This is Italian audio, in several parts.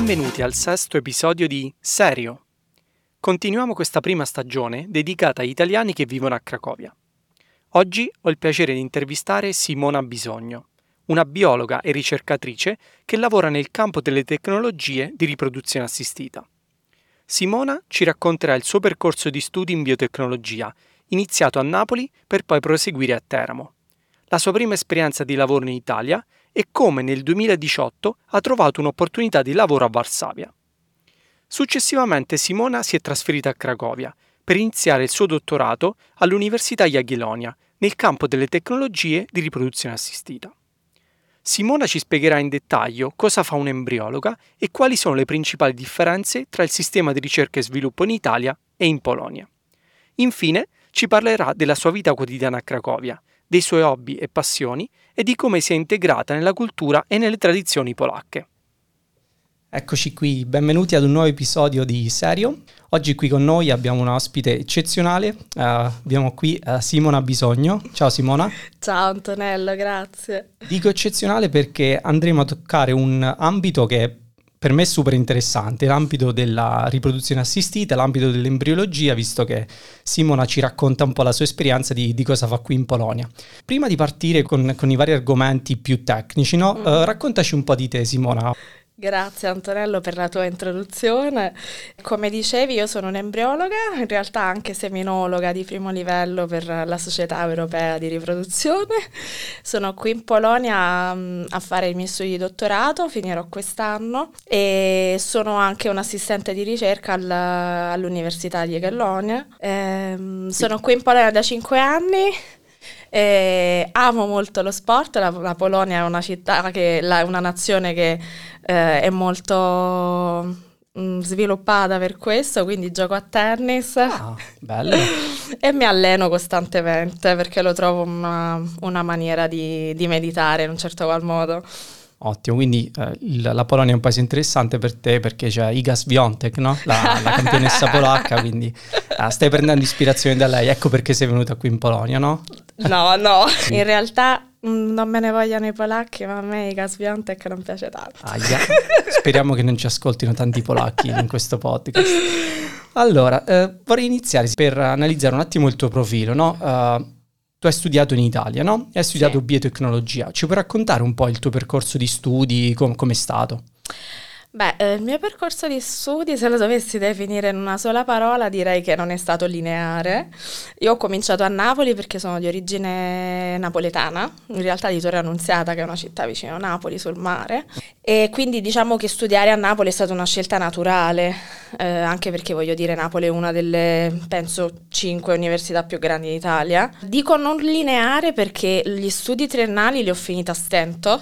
Benvenuti al sesto episodio di Serio. Continuiamo questa prima stagione dedicata agli italiani che vivono a Cracovia. Oggi ho il piacere di intervistare Simona Bisogno, una biologa e ricercatrice che lavora nel campo delle tecnologie di riproduzione assistita. Simona ci racconterà il suo percorso di studi in biotecnologia, iniziato a Napoli per poi proseguire a Teramo, la sua prima esperienza di lavoro in Italia e come nel 2018 ha trovato un'opportunità di lavoro a Varsavia. Successivamente Simona si è trasferita a Cracovia per iniziare il suo dottorato all'Università Jagiellonia nel campo delle tecnologie di riproduzione assistita. Simona ci spiegherà in dettaglio cosa fa un'embriologa e quali sono le principali differenze tra il sistema di ricerca e sviluppo in Italia e in Polonia. Infine ci parlerà della sua vita quotidiana a Cracovia, dei suoi hobby e passioni e di come si è integrata nella cultura e nelle tradizioni polacche. Eccoci qui, benvenuti ad un nuovo episodio di Serio. Oggi qui con noi abbiamo un ospite eccezionale, abbiamo qui Simona Bisogno. Ciao Simona. Ciao Antonello, grazie. Dico eccezionale perché andremo a toccare un ambito che per me è super interessante, l'ambito della riproduzione assistita, l'ambito dell'embriologia, visto che Simona ci racconta un po' la sua esperienza di cosa fa qui in Polonia. Prima di partire con i vari argomenti più tecnici, no? Raccontaci un po' di te, Simona. Grazie Antonello per la tua introduzione. Come dicevi, io sono un'embriologa, in realtà anche seminologa di primo livello per la Società Europea di Riproduzione. Sono qui in Polonia a fare i miei studi di dottorato, finirò quest'anno, e sono anche un assistente di ricerca all'Università di Jagiellonia. Sono qui in Polonia da 5 anni. Amo molto lo sport, la Polonia è una città una nazione che è molto sviluppata per questo, quindi gioco a tennis. Bello. E mi alleno costantemente perché lo trovo una maniera di meditare in un certo qual modo. Ottimo, quindi la Polonia è un paese interessante per te perché c'è Iga Świątek, no? La campionessa polacca, quindi stai prendendo ispirazione da lei, ecco perché sei venuta qui in Polonia, no? No, in realtà non me ne vogliono i polacchi, ma a me Iga Świątek non piace tanto. Speriamo che non ci ascoltino tanti polacchi in questo podcast. Allora, vorrei iniziare per analizzare un attimo il tuo profilo, no? Tu hai studiato in Italia, no? Hai studiato biotecnologia. Ci puoi raccontare un po' il tuo percorso di studi, com'è stato? Il mio percorso di studi, se lo dovessi definire in una sola parola, direi che non è stato lineare. Io ho cominciato a Napoli perché sono di origine napoletana, in realtà di Torre Annunziata, che è una città vicino a Napoli, sul mare, e quindi diciamo che studiare a Napoli è stata una scelta naturale, anche perché voglio dire Napoli è una delle, penso, 5 università più grandi d'Italia. Dico non lineare perché gli studi triennali li ho finiti a stento,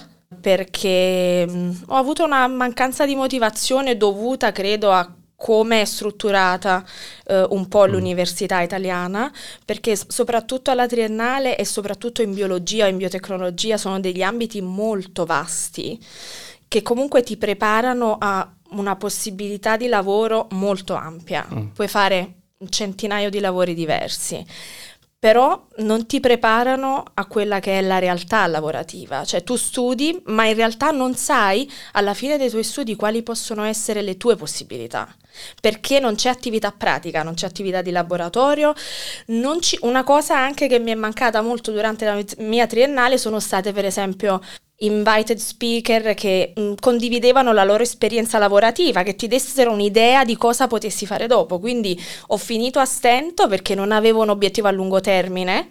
perché ho avuto una mancanza di motivazione dovuta, credo, a come è strutturata un po' l'università italiana, perché soprattutto alla triennale e soprattutto in biologia o in biotecnologia sono degli ambiti molto vasti che comunque ti preparano a una possibilità di lavoro molto ampia. Puoi fare un centinaio di lavori diversi, però non ti preparano a quella che è la realtà lavorativa. Cioè tu studi, ma in realtà non sai alla fine dei tuoi studi quali possono essere le tue possibilità, perché non c'è attività pratica, non c'è attività di laboratorio. Una cosa anche che mi è mancata molto durante la mia triennale sono state per esempio invited speaker che condividevano la loro esperienza lavorativa, che ti dessero un'idea di cosa potessi fare dopo. Quindi ho finito a stento perché non avevo un obiettivo a lungo termine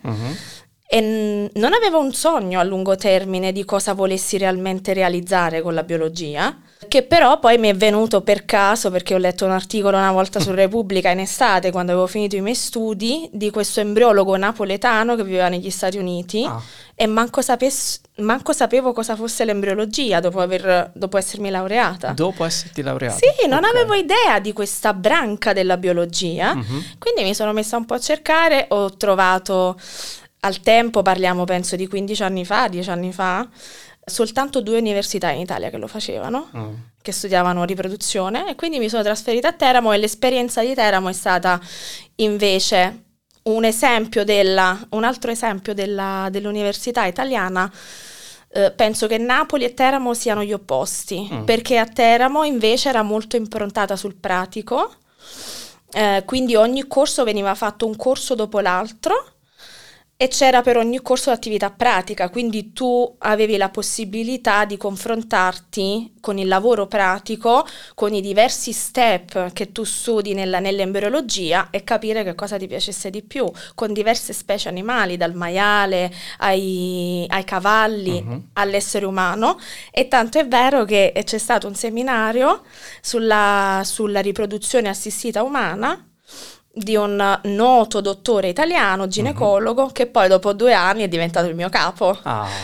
e non avevo un sogno a lungo termine di cosa volessi realmente realizzare con la biologia, che però poi mi è venuto per caso perché ho letto un articolo una volta su Repubblica in estate, quando avevo finito i miei studi, di questo embriologo napoletano che viveva negli Stati Uniti e manco sapevo cosa fosse l'embriologia dopo essermi laureata. Dopo esserti laureata? Sì, non avevo idea di questa branca della biologia, quindi mi sono messa un po' a cercare, ho trovato al tempo, parliamo penso di 15 anni fa, 10 anni fa, soltanto 2 università in Italia che lo facevano, che studiavano riproduzione, e quindi mi sono trasferita a Teramo e l'esperienza di Teramo è stata invece un altro esempio dell'università italiana Penso che Napoli e Teramo siano gli opposti, perché a Teramo invece era molto improntata sul pratico, quindi ogni corso veniva fatto un corso dopo l'altro e c'era per ogni corso l'attività pratica, quindi tu avevi la possibilità di confrontarti con il lavoro pratico, con i diversi step che tu studi nell'embriologia e capire che cosa ti piacesse di più, con diverse specie animali, dal maiale ai cavalli all'essere umano. E tanto è vero che c'è stato un seminario sulla riproduzione assistita umana di un noto dottore italiano, ginecologo, che poi dopo 2 anni è diventato il mio capo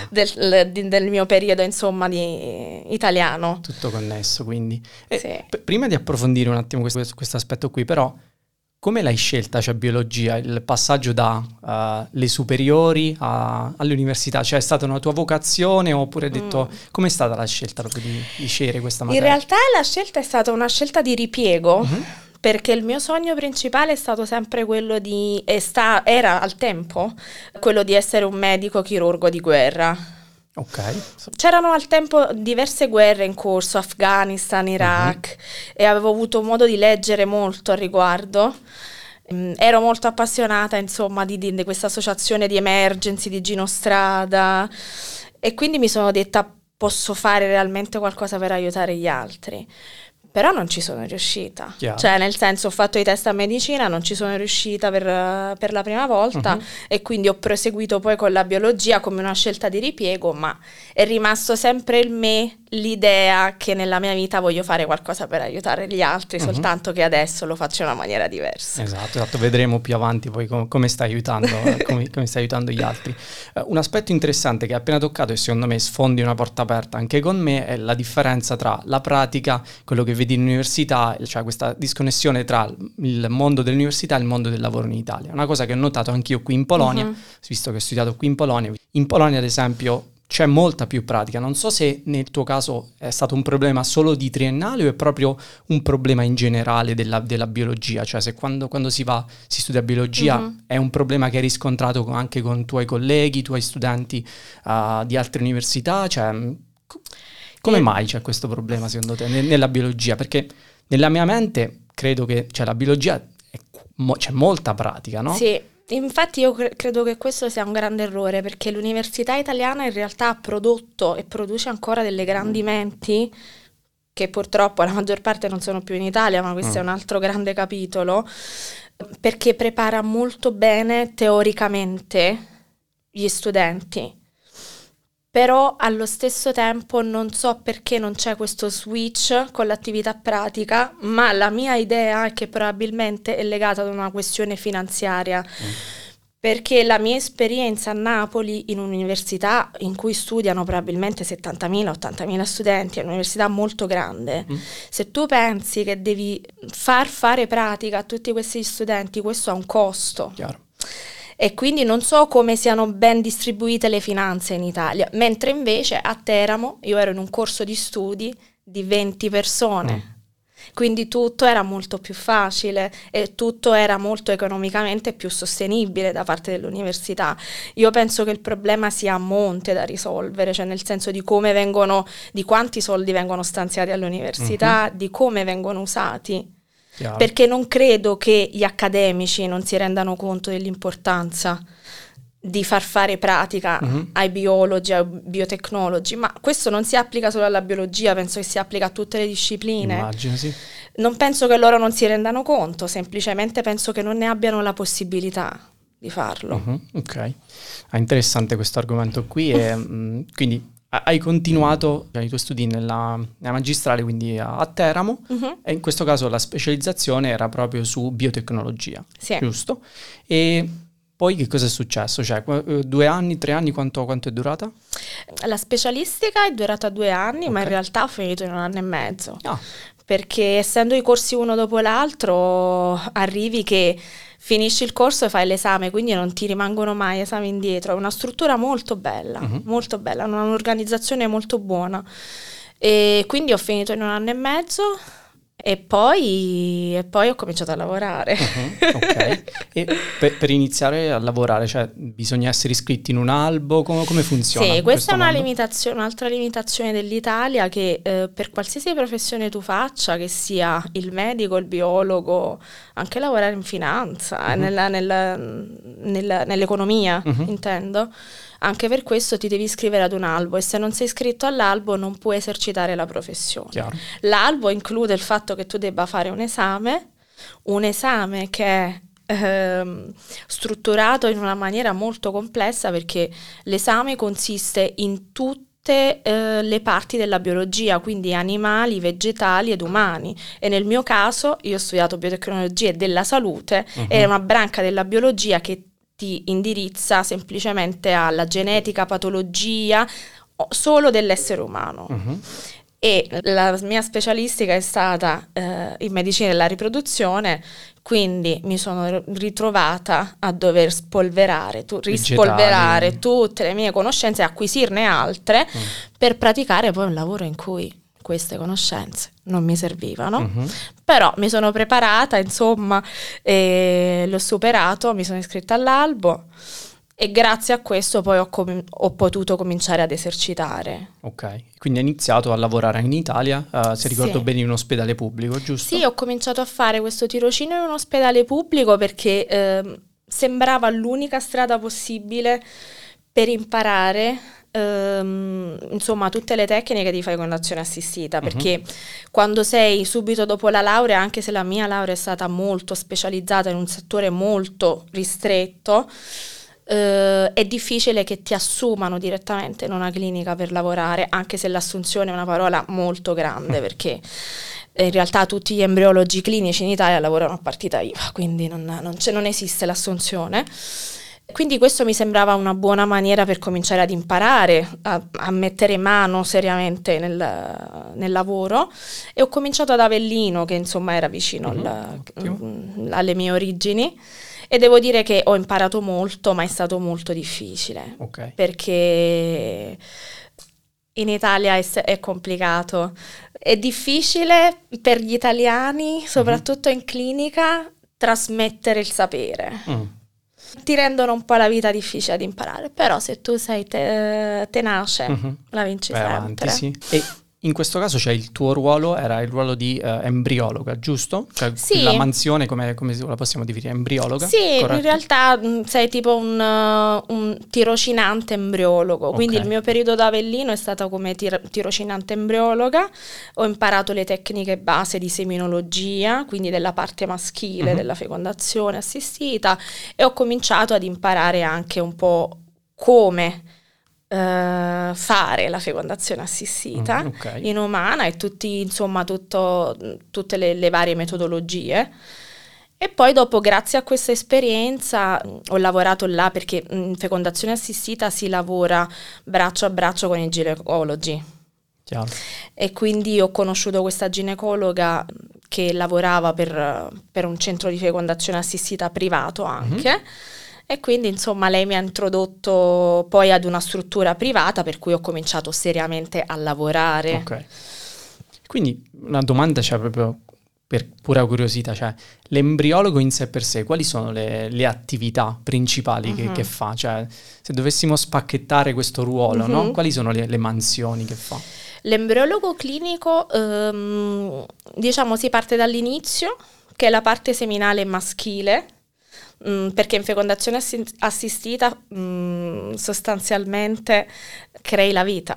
del mio periodo, insomma, di italiano. Tutto connesso, quindi. Sì. Prima di approfondire un attimo questo aspetto qui, però, come l'hai scelta, cioè biologia, il passaggio da le superiori all'università? Cioè è stata una tua vocazione oppure hai detto, com'è stata la scelta proprio di scegliere questa materia? In realtà la scelta è stata una scelta di ripiego, perché il mio sogno principale è stato sempre quello era al tempo quello di essere un medico chirurgo di guerra. Ok. C'erano al tempo diverse guerre in corso, Afghanistan, Iraq, e avevo avuto modo di leggere molto al riguardo. Ero molto appassionata, insomma, di questa associazione di Emergency di Gino Strada, e quindi mi sono detta: posso fare realmente qualcosa per aiutare gli altri. Però non ci sono riuscita. Chiaro. Cioè, nel senso, ho fatto i test a medicina, non ci sono riuscita per la prima volta, e quindi ho proseguito poi con la biologia come una scelta di ripiego, ma è rimasto sempre in me l'idea che nella mia vita voglio fare qualcosa per aiutare gli altri, soltanto che adesso lo faccio in una maniera diversa. Esatto, vedremo più avanti poi come stai aiutando, come stai aiutando gli altri. Un aspetto interessante che hai appena toccato e secondo me sfondi una porta aperta anche con me è la differenza tra la pratica, quello che vedi in università, cioè questa disconnessione tra il mondo dell'università e il mondo del lavoro in Italia. Una cosa che ho notato anch'io qui in Polonia, visto che ho studiato qui in Polonia. In Polonia, ad esempio, c'è molta più pratica. Non so se nel tuo caso è stato un problema solo di triennale o è proprio un problema in generale della biologia, cioè se quando si studia biologia è un problema che hai riscontrato anche con tuoi colleghi, tuoi studenti di altre università, cioè come mai c'è questo problema secondo te nella biologia? Perché nella mia mente credo che la biologia c'è molta pratica, no? Sì. Infatti io credo che questo sia un grande errore, perché l'università italiana in realtà ha prodotto e produce ancora delle grandi menti, che purtroppo la maggior parte non sono più in Italia, ma questo è un altro grande capitolo, perché prepara molto bene teoricamente gli studenti. Però allo stesso tempo non so perché non c'è questo switch con l'attività pratica, ma la mia idea è che probabilmente è legata ad una questione finanziaria, perché la mia esperienza a Napoli in un'università in cui studiano probabilmente 70.000-80.000 studenti, è un'università molto grande, se tu pensi che devi far fare pratica a tutti questi studenti, questo ha un costo. Chiaro. E quindi non so come siano ben distribuite le finanze in Italia, mentre invece a Teramo io ero in un corso di studi di 20 persone, quindi tutto era molto più facile e tutto era molto economicamente più sostenibile da parte dell'università. Io penso che il problema sia a monte da risolvere, cioè nel senso di quanti soldi vengono stanziati all'università, di come vengono usati. Chiaro. Perché non credo che gli accademici non si rendano conto dell'importanza di far fare pratica ai biologi, ai biotecnologi, ma questo non si applica solo alla biologia, penso che si applica a tutte le discipline. Immagino, sì. Non penso che loro non si rendano conto, semplicemente penso che non ne abbiano la possibilità di farlo. Ok, interessante questo argomento qui e quindi hai continuato i tuoi studi nella magistrale, quindi a Teramo, e in questo caso la specializzazione era proprio su biotecnologia, sì. Giusto? E poi che cosa è successo? Cioè 2 anni, 3 anni, quanto è durata? La specialistica è durata 2 anni, ma in realtà ho finito in 1 anno e mezzo. Perché essendo i corsi uno dopo l'altro, arrivi che finisci il corso e fai l'esame, quindi non ti rimangono mai esami indietro. È una struttura molto bella, un'organizzazione molto buona. E quindi ho finito in 1 anno e mezzo E poi ho cominciato a lavorare. Ok. E per iniziare a lavorare, cioè bisogna essere iscritti in un albo? Come funziona? Sì, questa è una mondo? limitazione, un'altra limitazione dell'Italia che per qualsiasi professione tu faccia, che sia il medico, il biologo, anche lavorare in finanza, nell'economia, intendo, anche per questo ti devi iscrivere ad un albo e se non sei iscritto all'albo non puoi esercitare la professione. Chiaro. L'albo include il fatto che tu debba fare un esame che è strutturato in una maniera molto complessa perché l'esame consiste in tutte le parti della biologia, quindi animali, vegetali ed umani. E nel mio caso, io ho studiato biotecnologie della salute, è una branca della biologia che ti indirizza semplicemente alla genetica, patologia, solo dell'essere umano. E la mia specialistica è stata in medicina della riproduzione, quindi mi sono ritrovata a dover rispolverare tutte le mie conoscenze e acquisirne altre per praticare poi un lavoro in cui queste conoscenze non mi servivano, però mi sono preparata, insomma, e l'ho superato, mi sono iscritta all'albo e grazie a questo poi ho potuto cominciare ad esercitare. Ok, quindi hai iniziato a lavorare in Italia, se ricordo bene, in un ospedale pubblico, giusto? Sì, ho cominciato a fare questo tirocinio in un ospedale pubblico perché sembrava l'unica strada possibile per imparare insomma tutte le tecniche di fecondazione assistita, perché quando sei subito dopo la laurea, anche se la mia laurea è stata molto specializzata in un settore molto ristretto, è difficile che ti assumano direttamente in una clinica per lavorare, anche se l'assunzione è una parola molto grande, perché in realtà tutti gli embriologi clinici in Italia lavorano a partita IVA, quindi non esiste l'assunzione. Quindi questo mi sembrava una buona maniera per cominciare ad imparare, a mettere mano seriamente nel lavoro, e ho cominciato ad Avellino, che insomma era vicino alle mie origini, e devo dire che ho imparato molto, ma è stato molto difficile, perché in Italia è complicato. È difficile per gli italiani, soprattutto in clinica, trasmettere il sapere. Ti rendono un po' la vita difficile ad imparare, però se tu sei tenace, la vinci sempre. Avanti, sì. E in questo caso il tuo ruolo era il ruolo di embriologa, giusto? Cioè sì. La mansione, come la possiamo definire? Embriologa? Sì, corretto? In realtà sei tipo un tirocinante embriologo, quindi il mio periodo da Avellino è stato come tirocinante embriologa, ho imparato le tecniche base di seminologia, quindi della parte maschile della fecondazione assistita, e ho cominciato ad imparare anche un po' come fare la fecondazione assistita in umana e tutte le varie metodologie. E poi dopo, grazie a questa esperienza, ho lavorato là perché in fecondazione assistita si lavora braccio a braccio con i ginecologi. Chiaro. E quindi ho conosciuto questa ginecologa che lavorava per un centro di fecondazione assistita privato anche. E quindi insomma lei mi ha introdotto poi ad una struttura privata per cui ho cominciato seriamente a lavorare. Ok. Quindi una domanda proprio per pura curiosità, l'embriologo in sé per sé, quali sono le attività principali che fa? Cioè, se dovessimo spacchettare questo ruolo, no? Quali sono le mansioni che fa? L'embriologo clinico, diciamo, si parte dall'inizio, che è la parte seminale maschile, perché in fecondazione assistita sostanzialmente crei la vita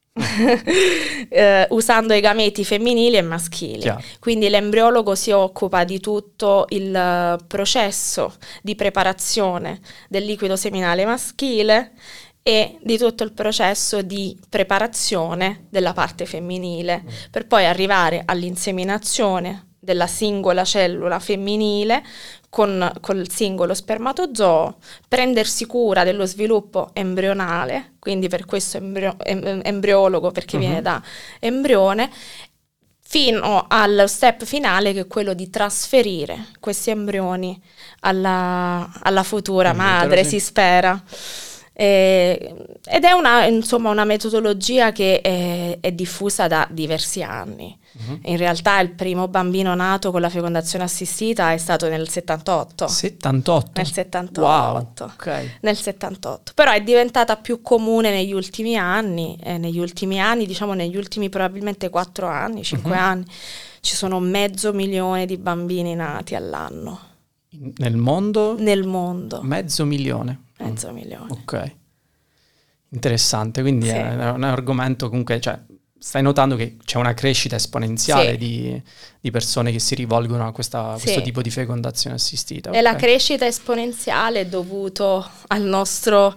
usando i gameti femminili e maschili. Chiaro. Quindi l'embriologo si occupa di tutto il processo di preparazione del liquido seminale maschile e di tutto il processo di preparazione della parte femminile, per poi arrivare all'inseminazione della singola cellula femminile col singolo spermatozoo, prendersi cura dello sviluppo embrionale, quindi per questo embriologo, perché viene da embrione, fino allo step finale, che è quello di trasferire questi embrioni alla futura madre, si spera. Ed è una metodologia che è diffusa da diversi anni. In realtà il primo bambino nato con la fecondazione assistita è stato nel 78. 78? Nel 78. Wow, ok. Nel 78. Però è diventata più comune negli ultimi anni, diciamo negli ultimi probabilmente 4 anni, 5 anni, ci sono 500.000 di bambini nati all'anno. Nel mondo? Nel mondo. 500.000. 500.000. Ok. Interessante, quindi Sì. è un argomento comunque, cioè, stai notando che c'è una crescita esponenziale Sì. di persone che si rivolgono a questo Sì. tipo di fecondazione assistita. E la ok. crescita esponenziale è dovuto al nostro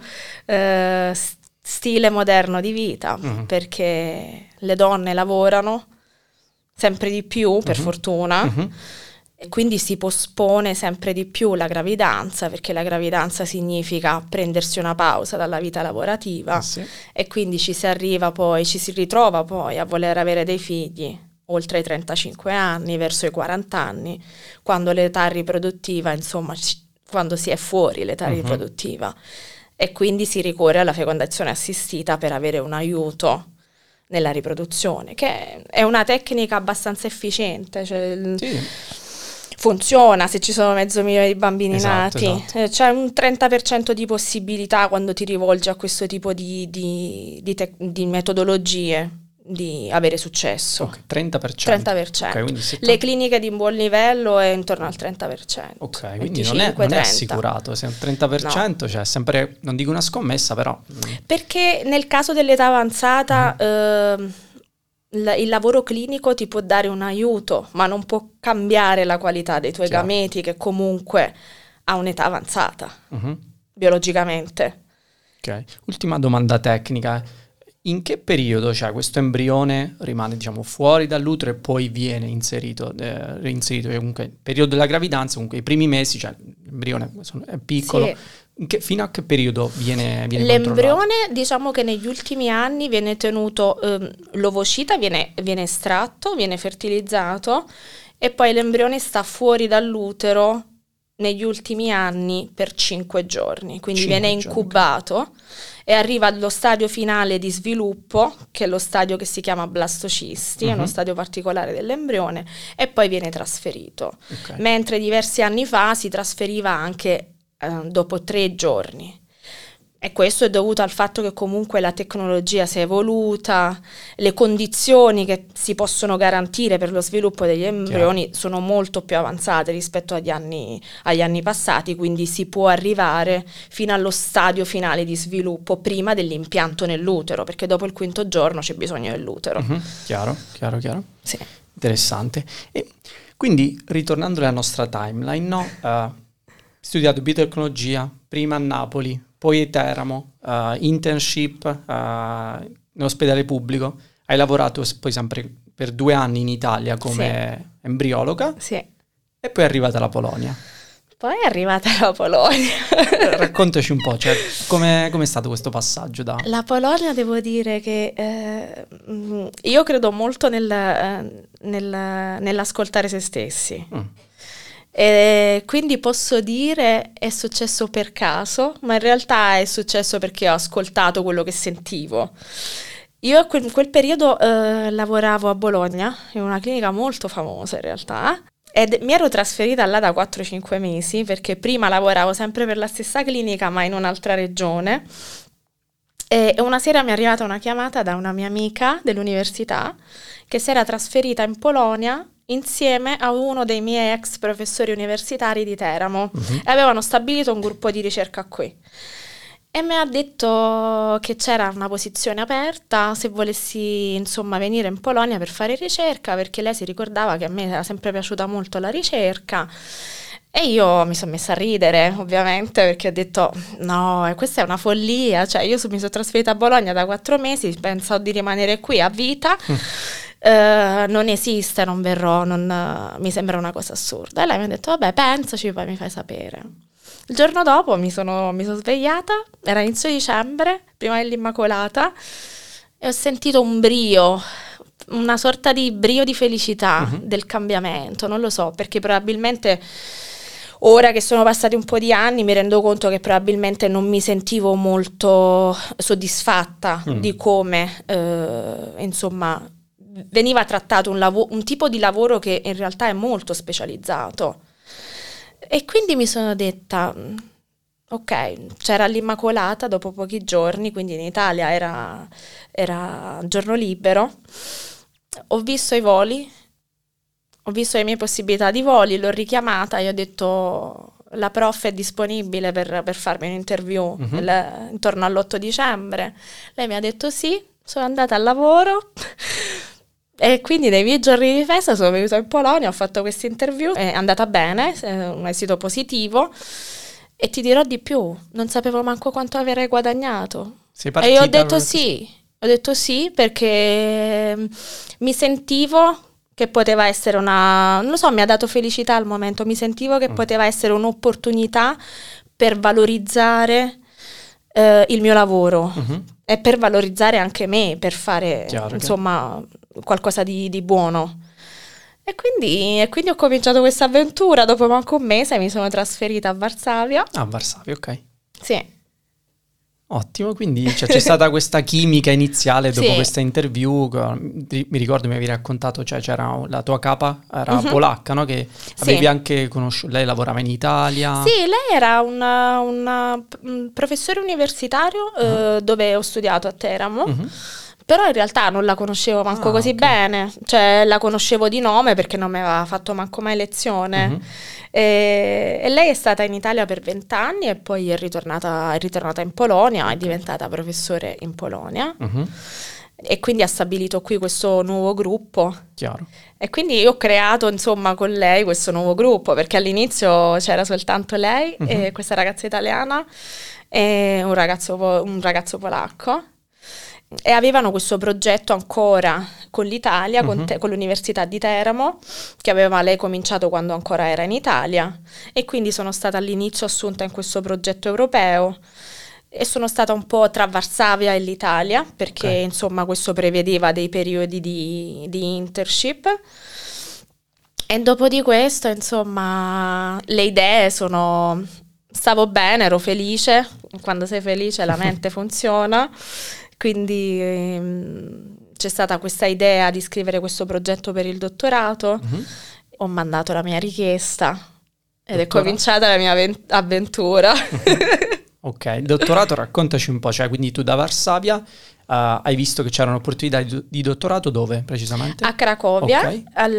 stile moderno di vita, perché le donne lavorano sempre di più, per fortuna, e quindi si pospone sempre di più la gravidanza, perché la gravidanza significa prendersi una pausa dalla vita lavorativa, Sì. e quindi ci si ritrova poi a voler avere dei figli oltre i 35 anni, verso i 40 anni, quando l'età riproduttiva, insomma, quando si è fuori l'età riproduttiva, e quindi si ricorre alla fecondazione assistita per avere un aiuto nella riproduzione, che è una tecnica abbastanza efficiente, cioè Sì. funziona se ci sono 500.000 di bambini Esatto, nati. esatto. C'è un 30% di possibilità quando ti rivolgi a questo tipo di metodologie di avere successo. Ok, 30%. 30%. Ok, quindi Le cliniche di buon livello è intorno al 30%. Ok, quindi non è 25-30. assicurato, se è un 30%, cioè sempre, non dico una scommessa, però... Perché nel caso dell'età avanzata il lavoro clinico ti può dare un aiuto, ma non può cambiare la qualità dei tuoi Chiaro. gameti, che comunque ha un'età avanzata, Mhm. biologicamente. Ok, ultima domanda tecnica. In che periodo, cioè, questo embrione rimane, diciamo, fuori dall'utero e poi viene reinserito, cioè, comunque il periodo della gravidanza, comunque i primi mesi, cioè l'embrione è piccolo, Sì. Fino a che periodo viene controllato? L'embrione, diciamo che negli ultimi anni viene tenuto, l'ovocita viene estratto, viene fertilizzato, e poi l'embrione sta fuori dall'utero negli ultimi anni per 5 giorni, quindi 5 viene giorni, incubato e arriva allo stadio finale di sviluppo, che è lo stadio che si chiama blastocisti, è uno stadio particolare dell'embrione, e poi viene trasferito. Ok. Mentre diversi anni fa si trasferiva anche dopo 3 giorni. E questo è dovuto al fatto che comunque la tecnologia si è evoluta, le condizioni che si possono garantire per lo sviluppo degli embrioni sono molto più avanzate rispetto agli anni passati, quindi si può arrivare fino allo stadio finale di sviluppo prima dell'impianto nell'utero, perché dopo il 5° giorno c'è bisogno dell'utero. Chiaro. Sì. Interessante. E quindi, ritornando alla nostra timeline, no? Studiato biotecnologia, prima a Napoli, poi a Teramo, internship nell'ospedale pubblico, hai lavorato poi sempre per 2 anni in Italia come embriologa, Sì. e poi è arrivata la Polonia. Poi è arrivata la Polonia. Raccontaci un po', cioè, com'è stato questo passaggio da... La Polonia, devo dire che io credo molto nell'ascoltare se stessi. E quindi posso dire è successo per caso, ma in realtà è successo perché ho ascoltato quello che sentivo. Io in quel periodo lavoravo a Bologna, in una clinica molto famosa in realtà, ed mi ero trasferita là da 4-5 mesi, perché prima lavoravo sempre per la stessa clinica ma in un'altra regione, e una sera mi è arrivata una chiamata da una mia amica dell'università che si era trasferita in Polonia insieme a uno dei miei ex professori universitari di Teramo, e avevano stabilito un gruppo di ricerca qui. E mi ha detto che c'era una posizione aperta, se volessi insomma venire in Polonia per fare ricerca, perché lei si ricordava che a me era sempre piaciuta molto la ricerca. E io mi sono messa a ridere, ovviamente, perché ho detto no, questa è una follia, cioè io mi sono trasferita a Bologna da 4 mesi, penso di rimanere qui a vita. Non esiste, non verrò, mi sembra una cosa assurda. E lei mi ha detto vabbè, pensaci, poi mi fai sapere. Il giorno dopo mi sono svegliata, era inizio dicembre, prima dell'Immacolata, e ho sentito un brio, una sorta di brio di felicità del cambiamento, non lo so, perché probabilmente Ora che sono passati un po' di anni mi rendo conto che probabilmente non mi sentivo molto soddisfatta di come, insomma, veniva trattato un tipo di lavoro che in realtà è molto specializzato. E quindi mi sono detta, ok, c'era l'Immacolata dopo pochi giorni, quindi in Italia era giorno libero, ho visto i voli, ho visto le mie possibilità di voli, l'ho richiamata e ho detto la prof è disponibile per farmi un'interview intorno all'8 dicembre. Lei mi ha detto sì, sono andata al lavoro e quindi nei miei giorni di festa sono venuta in Polonia, ho fatto questa interview, è andata bene, un esito positivo e ti dirò di più, non sapevo manco quanto avrei guadagnato. E io ho detto sì perché mi sentivo che poteva essere non lo so, mi ha dato felicità al momento, mi sentivo che poteva essere un'opportunità per valorizzare il mio lavoro e per valorizzare anche me, per fare insomma qualcosa di buono. E quindi ho cominciato questa avventura, dopo manco un mese mi sono trasferita a Varsavia. A Varsavia, ok. Sì. Ottimo, quindi c'è stata questa chimica iniziale dopo questa interview. Mi ricordo mi avevi raccontato, cioè c'era la tua capa, era polacca, no? Che avevi anche conosciuto, lei lavorava in Italia. Sì, lei era un professore universitario dove ho studiato a Teramo. Però in realtà non la conoscevo manco così bene, cioè la conoscevo di nome perché non mi aveva fatto manco mai lezione. E lei è stata in Italia per 20 anni e poi è ritornata in Polonia, è diventata professore in Polonia e quindi ha stabilito qui questo nuovo gruppo. Chiaro. E quindi io ho creato insomma con lei questo nuovo gruppo perché all'inizio c'era soltanto lei e questa ragazza italiana e un ragazzo polacco. E avevano questo progetto ancora con l'Italia, con l'Università di Teramo, che aveva lei cominciato quando ancora era in Italia, e quindi sono stata all'inizio assunta in questo progetto europeo e sono stata un po' tra Varsavia e l'Italia, perché insomma questo prevedeva dei periodi di internship. E dopo di questo, insomma, le idee stavo bene, ero felice, quando sei felice la mente funziona. Quindi c'è stata questa idea di scrivere questo progetto per il dottorato, ho mandato la mia richiesta ed è cominciata la mia avventura. Ok, dottorato, raccontaci un po', cioè quindi tu da Varsavia hai visto che c'erano opportunità di dottorato dove precisamente? A Cracovia,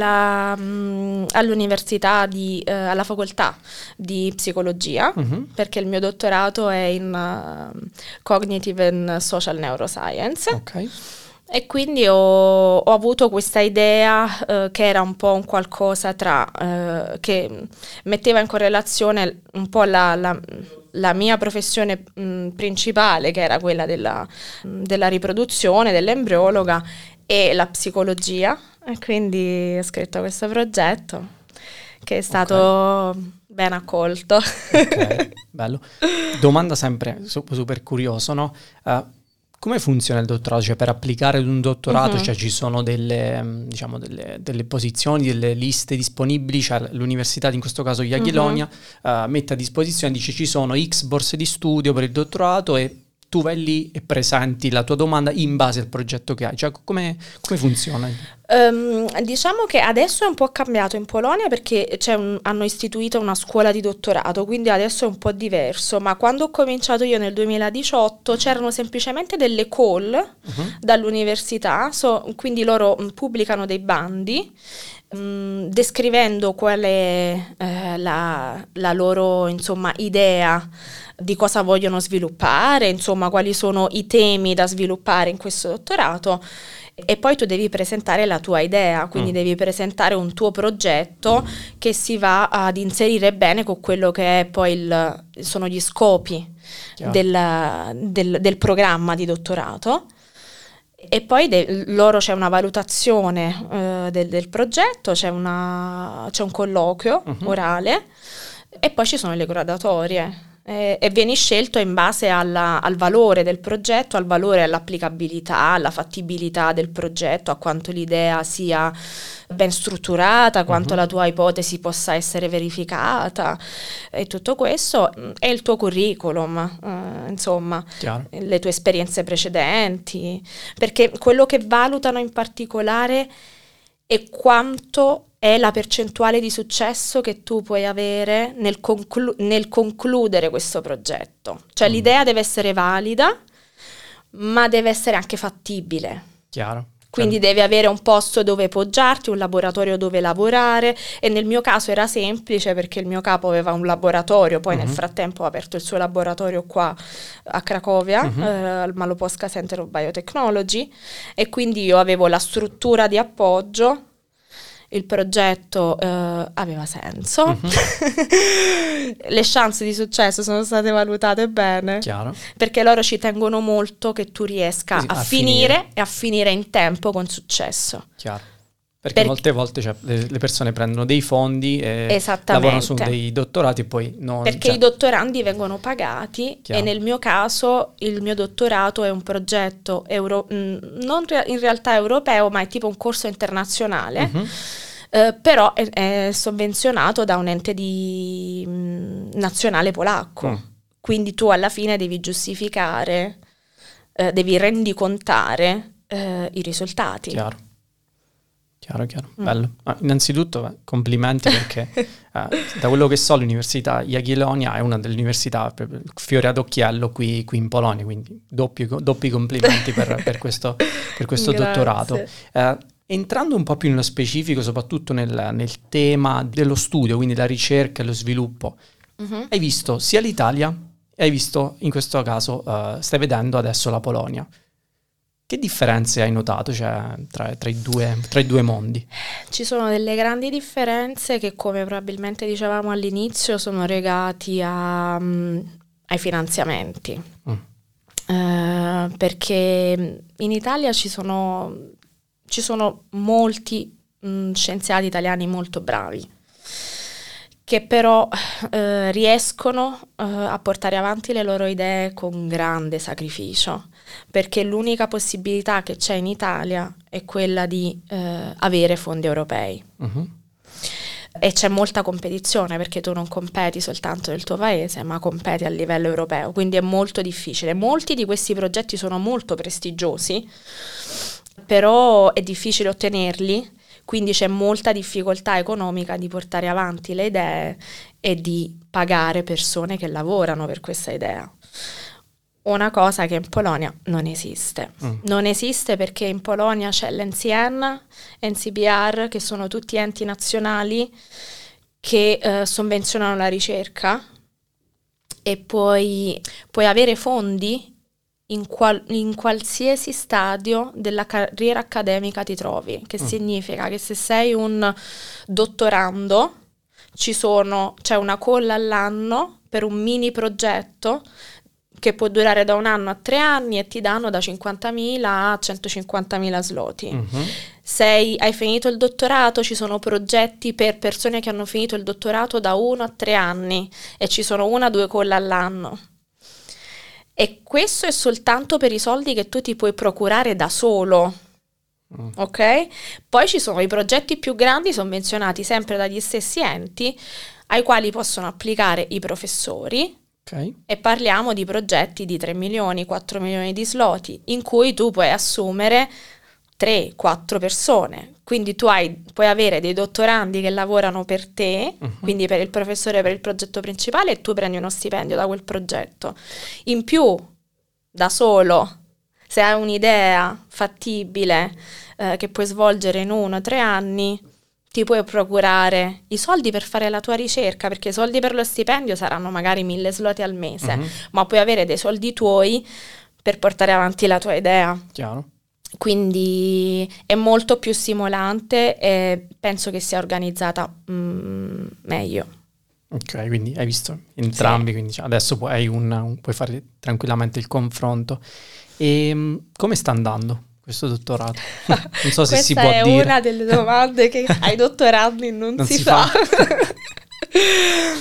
all'università alla facoltà di psicologia, perché il mio dottorato è in Cognitive and Social Neuroscience. Ok. E quindi ho avuto questa idea che era un po' un qualcosa che metteva in correlazione un po' la mia professione principale, che era quella della riproduzione, dell'embriologa, e la psicologia. E quindi ho scritto questo progetto che è stato ben accolto. Ok, bello. Domanda sempre super curioso, no? Come funziona il dottorato? Cioè per applicare ad un dottorato cioè, ci sono delle posizioni, delle liste disponibili, cioè l'università, in questo caso Jagiellonia, mette a disposizione, dice ci sono X borse di studio per il dottorato e tu vai lì e presenti la tua domanda in base al progetto che hai. Cioè come funziona? Diciamo che adesso è un po' cambiato in Polonia perché hanno istituito una scuola di dottorato, quindi adesso è un po' diverso, ma quando ho cominciato io nel 2018 c'erano semplicemente delle call dall'università, quindi loro pubblicano dei bandi descrivendo qual è la loro insomma idea di cosa vogliono sviluppare, insomma quali sono i temi da sviluppare in questo dottorato. E poi tu devi presentare la tua idea, quindi devi presentare un tuo progetto che si va ad inserire bene con quello che è poi sono gli scopi del programma di dottorato. E poi loro c'è una valutazione del progetto, c'è un colloquio orale e poi ci sono le graduatorie. e vieni scelto in base al valore del progetto, al valore, all'applicabilità, alla fattibilità del progetto, a quanto l'idea sia ben strutturata, quanto la tua ipotesi possa essere verificata, e tutto questo è il tuo curriculum, insomma, Chiaro. le tue esperienze precedenti, perché quello che valutano in particolare è quanto è la percentuale di successo che tu puoi avere nel concludere questo progetto. Cioè l'idea deve essere valida, ma deve essere anche fattibile. Chiaro. Quindi devi avere un posto dove poggiarti, un laboratorio dove lavorare, e nel mio caso era semplice perché il mio capo aveva un laboratorio, poi nel frattempo ha aperto il suo laboratorio qua a Cracovia, al Małopolska Center of Biotechnology, e quindi io avevo la struttura di appoggio. Il progetto aveva senso, le chance di successo sono state valutate bene. Chiaro. Perché loro ci tengono molto che tu riesca a finire e a finire in tempo con successo. Chiaro. Perché molte volte le persone prendono dei fondi e Esattamente. lavorano su dei dottorati e poi non... Perché i dottorandi vengono pagati. Chiaro. E nel mio caso il mio dottorato è un progetto non in realtà europeo, ma è tipo un corso internazionale. Però è sovvenzionato da un ente nazionale polacco. Quindi tu alla fine devi giustificare, devi rendicontare i risultati. Chiaro. Bello. Innanzitutto complimenti perché da quello che so l'Università Jagiellonia è una delle università fiore ad occhiello qui in Polonia, quindi doppi complimenti per questo dottorato. Entrando un po' più nello specifico, soprattutto nel tema dello studio, quindi la ricerca e lo sviluppo, hai visto sia l'Italia e hai visto in questo caso, stai vedendo adesso la Polonia. Che differenze hai notato tra i due mondi? Ci sono delle grandi differenze che, come probabilmente dicevamo all'inizio, sono legati ai finanziamenti. Perché in Italia ci sono molti scienziati italiani molto bravi, che però riescono a portare avanti le loro idee con grande sacrificio, perché l'unica possibilità che c'è in Italia è quella di avere fondi europei. E c'è molta competizione, perché tu non competi soltanto nel tuo paese, ma competi a livello europeo, quindi è molto difficile. Molti di questi progetti sono molto prestigiosi, però è difficile ottenerli, quindi c'è molta difficoltà economica di portare avanti le idee e di pagare persone che lavorano per questa idea. Una cosa che in Polonia non esiste. Non esiste perché in Polonia c'è l'NCN, NCBR, che sono tutti enti nazionali che sovvenzionano la ricerca, e puoi avere fondi in qualsiasi stadio della carriera accademica ti trovi, che significa che se sei un dottorando c'è una call all'anno per un mini progetto che può durare da 1 anno a 3 anni e ti danno da 50.000 a 150.000 zloty. Se hai finito il dottorato, ci sono progetti per persone che hanno finito il dottorato da 1 a 3 anni e ci sono 1-2 call all'anno. E questo è soltanto per i soldi che tu ti puoi procurare da solo, ok? Poi ci sono i progetti più grandi sovvenzionati sempre dagli stessi enti, ai quali possono applicare i professori, e parliamo di progetti di 3 milioni, 4 milioni di zloty, in cui tu puoi assumere 3-4 persone. Quindi tu puoi avere dei dottorandi che lavorano per te, quindi per il professore, per il progetto principale, e tu prendi uno stipendio da quel progetto. In più, da solo, se hai un'idea fattibile che puoi svolgere in 1-3 anni, ti puoi procurare i soldi per fare la tua ricerca, perché i soldi per lo stipendio saranno magari 1.000 zloty al mese, ma puoi avere dei soldi tuoi per portare avanti la tua idea. Chiaro. Quindi è molto più stimolante e penso che sia organizzata meglio. Ok, quindi hai visto entrambi, Sì. quindi adesso puoi fare tranquillamente il confronto. E come sta andando questo dottorato? Non so se si può dire. Questa è una delle domande che ai dottorandi non si fa.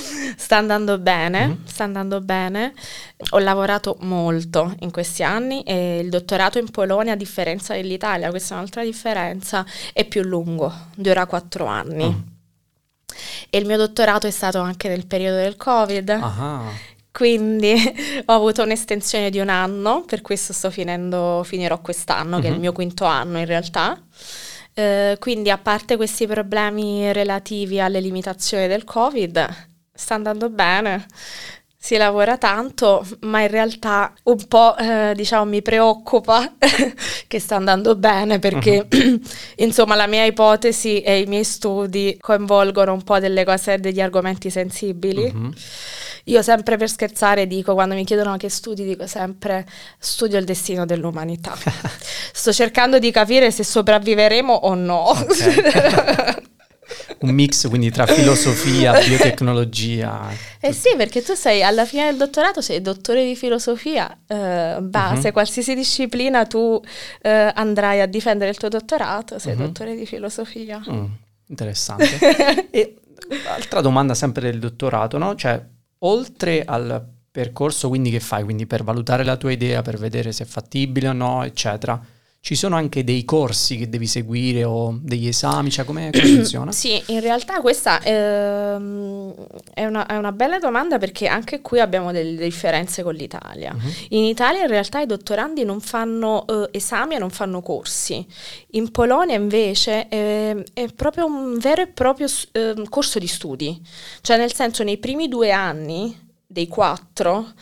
Sta andando bene, sta andando bene. Ho lavorato molto in questi anni e il dottorato in Polonia, a differenza dell'Italia, questa è un'altra differenza, è più lungo, dura 4 anni. E il mio dottorato è stato anche nel periodo del Covid, quindi ho avuto un'estensione di 1 anno, per questo finirò quest'anno, che è il mio 5º anno in realtà. Quindi a parte questi problemi relativi alle limitazioni del Covid, sta andando bene, si lavora tanto, ma in realtà un po' diciamo mi preoccupa che sta andando bene perché insomma la mia ipotesi e i miei studi coinvolgono un po' delle cose, degli argomenti sensibili. Io sempre per scherzare dico, quando mi chiedono che studi, dico sempre studio il destino dell'umanità. Sto cercando di capire se sopravviveremo o no. Okay. Un mix quindi tra filosofia, biotecnologia. Sì, perché tu sei alla fine del dottorato, sei dottore di filosofia, base, qualsiasi disciplina tu andrai a difendere il tuo dottorato, sei dottore di filosofia. Interessante. E altra domanda sempre del dottorato, no? Cioè, oltre al percorso quindi che fai, quindi per valutare la tua idea, per vedere se è fattibile o no, eccetera, ci sono anche dei corsi che devi seguire o degli esami, cioè come funziona? Sì, in realtà questa è una bella domanda perché anche qui abbiamo delle differenze con l'Italia. In Italia in realtà i dottorandi non fanno esami e non fanno corsi. In Polonia invece è proprio un vero e proprio corso di studi. Cioè nel senso nei primi 2 anni dei 4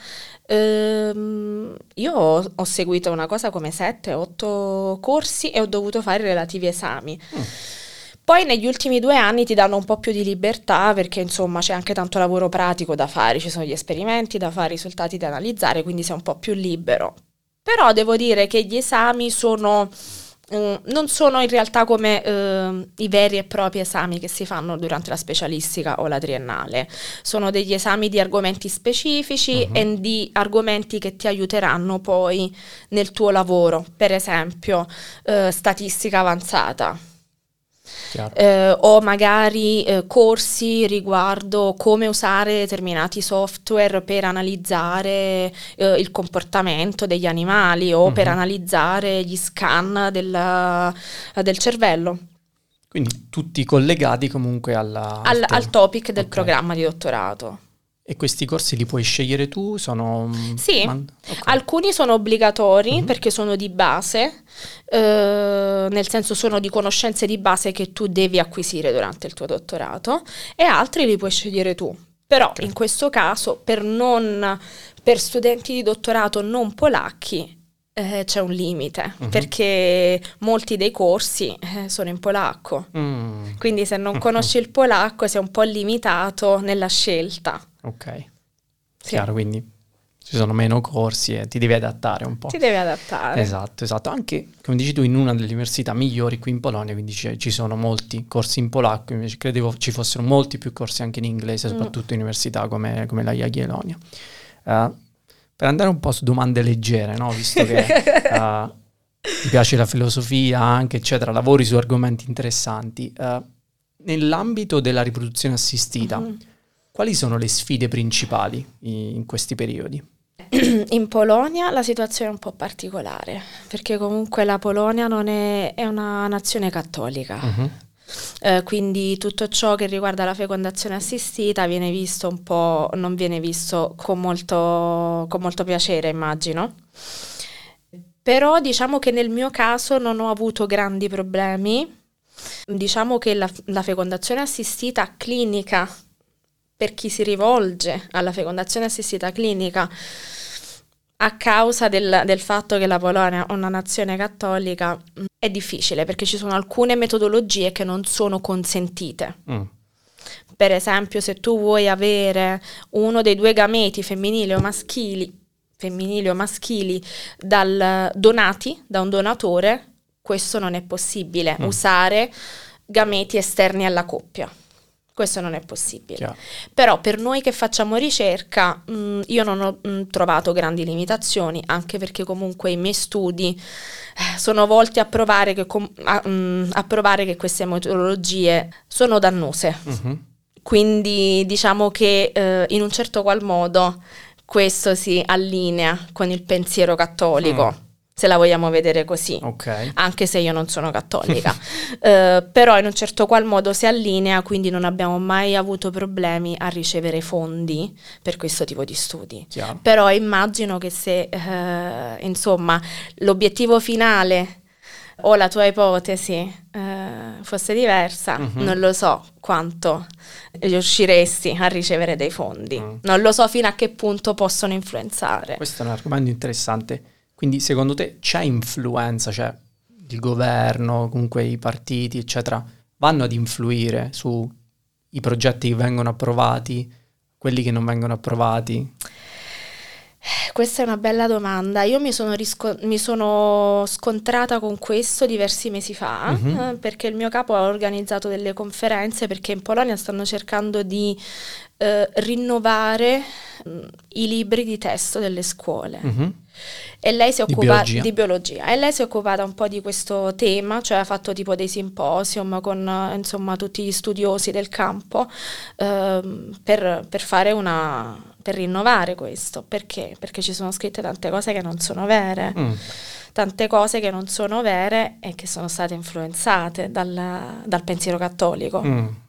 io ho seguito una cosa come 7-8 corsi e ho dovuto fare i relativi esami. Poi negli ultimi 2 anni ti danno un po' più di libertà perché insomma c'è anche tanto lavoro pratico da fare, ci sono gli esperimenti da fare, risultati da analizzare, quindi sei un po' più libero. Però devo dire che gli esami non sono in realtà come i veri e propri esami che si fanno durante la specialistica o la triennale. Sono degli esami di argomenti specifici e di argomenti che ti aiuteranno poi nel tuo lavoro, per esempio statistica avanzata. O magari corsi riguardo come usare determinati software per analizzare il comportamento degli animali o per analizzare gli scan del cervello. Quindi tutti collegati comunque al topic del programma di dottorato. E questi corsi li puoi scegliere tu? Sì, alcuni sono obbligatori perché sono di base, nel senso sono di conoscenze di base che tu devi acquisire durante il tuo dottorato, e altri li puoi scegliere tu. Però in questo caso per studenti di dottorato non polacchi c'è un limite, perché molti dei corsi sono in polacco. Quindi se non conosci il polacco sei un po' limitato nella scelta. Ok, sì. Chiaro, quindi ci sono meno corsi e ti devi adattare un po'. Ti devi adattare. Esatto. Anche, come dici tu, in una delle università migliori qui in Polonia, quindi ci sono molti corsi in polacco, invece credevo ci fossero molti più corsi anche in inglese, soprattutto in università come la Jagiellonia. Per andare un po' su domande leggere, no? Visto che ti piace la filosofia anche, eccetera, lavori su argomenti interessanti. Nell'ambito della riproduzione assistita, quali sono le sfide principali in questi periodi? In Polonia la situazione è un po' particolare, perché comunque la Polonia è una nazione cattolica. Quindi tutto ciò che riguarda la fecondazione assistita viene visto un po', non viene visto con molto piacere, immagino. Però diciamo che nel mio caso non ho avuto grandi problemi. Diciamo che la fecondazione assistita clinica, per chi si rivolge alla fecondazione assistita clinica, a causa del fatto che la Polonia è una nazione cattolica, è difficile perché ci sono alcune metodologie che non sono consentite. Per esempio, se tu vuoi avere uno dei 2 gameti femminili o maschili donati da un donatore, questo non è possibile. Usare gameti esterni alla coppia. Questo non è possibile. Chiaro. Però per noi che facciamo ricerca io non ho trovato grandi limitazioni, anche perché comunque i miei studi sono volti a provare che queste metodologie sono dannose. Quindi diciamo che in un certo qual modo questo si allinea con il pensiero cattolico, se la vogliamo vedere così, anche se io non sono cattolica, però in un certo qual modo si allinea, quindi non abbiamo mai avuto problemi a ricevere fondi per questo tipo di studi. Chiaro. Però immagino che se insomma l'obiettivo finale o la tua ipotesi fosse diversa, non lo so quanto riusciresti a ricevere dei fondi, non lo so fino a che punto possono influenzare. Questo è un argomento interessante. Quindi secondo te c'è influenza, cioè il governo, comunque i partiti, eccetera, vanno ad influire sui progetti che vengono approvati, quelli che non vengono approvati? Questa è una bella domanda. Io mi sono scontrata con questo diversi mesi fa, perché il mio capo ha organizzato delle conferenze, perché in Polonia stanno cercando di rinnovare i libri di testo delle scuole. E lei si occupa di biologia e lei si è occupata un po' di questo tema, cioè ha fatto tipo dei simposium con insomma tutti gli studiosi del campo per fare per rinnovare questo. Perché ci sono scritte tante cose che non sono vere, tante cose che non sono vere e che sono state influenzate dal pensiero cattolico.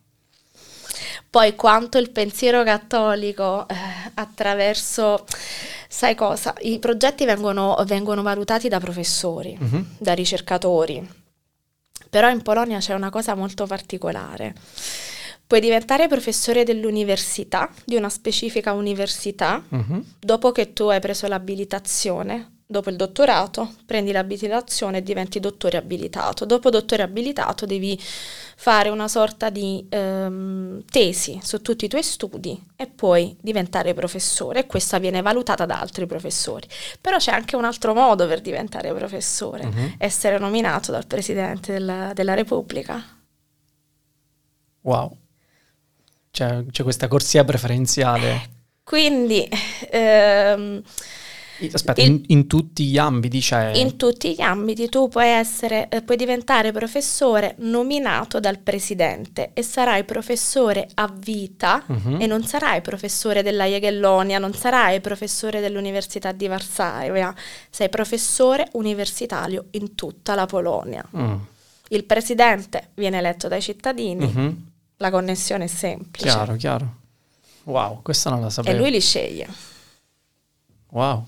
Poi quanto il pensiero cattolico attraverso, sai cosa, i progetti vengono valutati da professori, da ricercatori, però in Polonia c'è una cosa molto particolare. Puoi diventare professore dell'università, di una specifica università, dopo che tu hai preso l'abilitazione. Dopo il dottorato prendi l'abilitazione e diventi dottore abilitato. Dopo dottore abilitato devi fare una sorta di tesi su tutti i tuoi studi e poi diventare professore, e questa viene valutata da altri professori. Però c'è anche un altro modo per diventare professore, essere nominato dal Presidente della Repubblica. Wow, c'è questa corsia preferenziale. Quindi aspetta, in tutti gli ambiti c'è? In tutti gli ambiti tu puoi diventare professore nominato dal presidente e sarai professore a vita e non sarai professore della Jagiellonia, non sarai professore dell'Università di Varsavia, sei professore universitario in tutta la Polonia. Il presidente viene eletto dai cittadini, la connessione è semplice. Chiaro. Wow, questa non la sapevo. E lui li sceglie. Wow.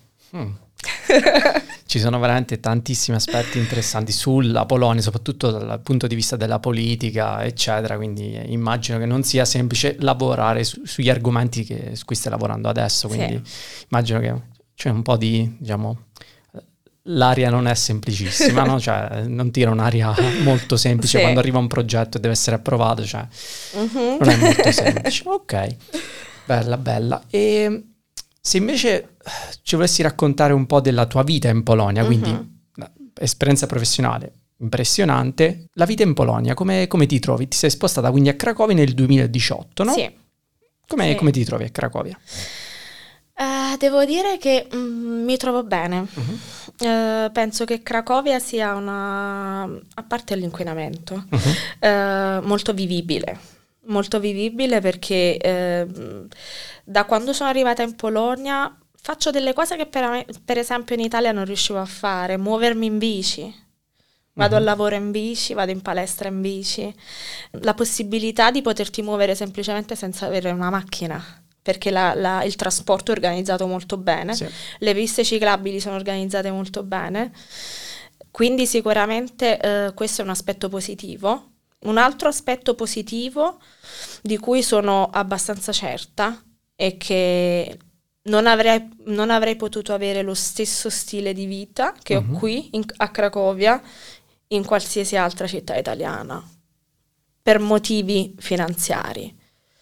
Ci sono veramente tantissimi aspetti interessanti sulla Polonia, soprattutto dal punto di vista della politica, eccetera, quindi immagino che non sia semplice lavorare sugli argomenti su cui stai lavorando adesso, quindi immagino che c'è un po' di, diciamo, l'aria non è semplicissima, no? Cioè non tira un'aria molto semplice quando arriva un progetto e deve essere approvato, cioè non è molto semplice. Ok, bella. E se invece ci volessi raccontare un po' della tua vita in Polonia, quindi esperienza professionale impressionante, la vita in Polonia, come ti trovi? Ti sei spostata quindi a Cracovia nel 2018, no? Sì. Come ti trovi a Cracovia? Devo dire che mi trovo bene. Penso che Cracovia sia a parte l'inquinamento, molto vivibile perché da quando sono arrivata in Polonia faccio delle cose che per esempio in Italia non riuscivo a fare, muovermi in bici. Vado al lavoro in bici, vado in palestra in bici, la possibilità di poterti muovere semplicemente senza avere una macchina, perché il trasporto è organizzato molto bene, le piste ciclabili sono organizzate molto bene, quindi sicuramente questo è un aspetto positivo. Un altro aspetto positivo di cui sono abbastanza certa è che non avrei potuto avere lo stesso stile di vita che ho qui a Cracovia in qualsiasi altra città italiana, per motivi finanziari,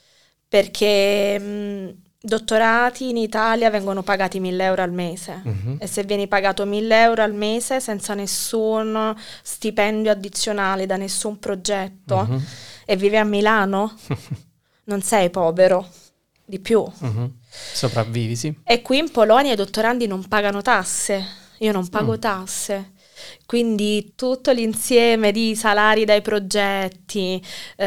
perché dottorati in Italia vengono pagati 1.000 euro al mese e se vieni pagato 1.000 euro al mese senza nessun stipendio addizionale da nessun progetto e vivi a Milano, non sei povero, di più. Sopravvivi, sì. E qui in Polonia i dottorandi non pagano tasse, io non pago tasse. quindi tutto l'insieme di salari dai progetti,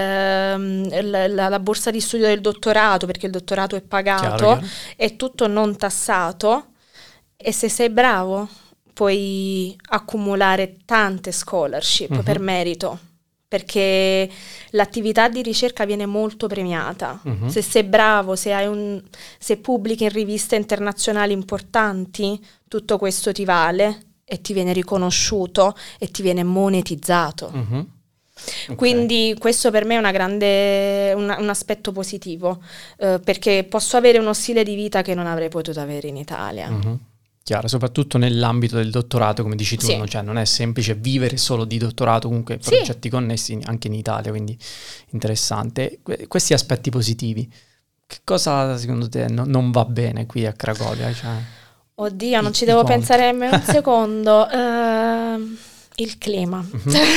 la borsa di studio del dottorato, perché il dottorato è pagato, Chiaro. è tutto non tassato, e se sei bravo puoi accumulare tante scholarship per merito, perché l'attività di ricerca viene molto premiata. Se sei bravo, se pubblichi in riviste internazionali importanti, tutto questo ti vale e ti viene riconosciuto e ti viene monetizzato. Ok. Quindi questo per me è un aspetto positivo, perché posso avere uno stile di vita che non avrei potuto avere in Italia. Chiaro, soprattutto nell'ambito del dottorato, come dici tu, Sì. no? Cioè non è semplice vivere solo di dottorato, comunque Sì. progetti connessi anche in Italia, quindi interessante. Questi aspetti positivi, che cosa secondo te non va bene qui a Cracovia? Cioè, Oddio, non ci i devo contro. pensare nemmeno un secondo. Il clima.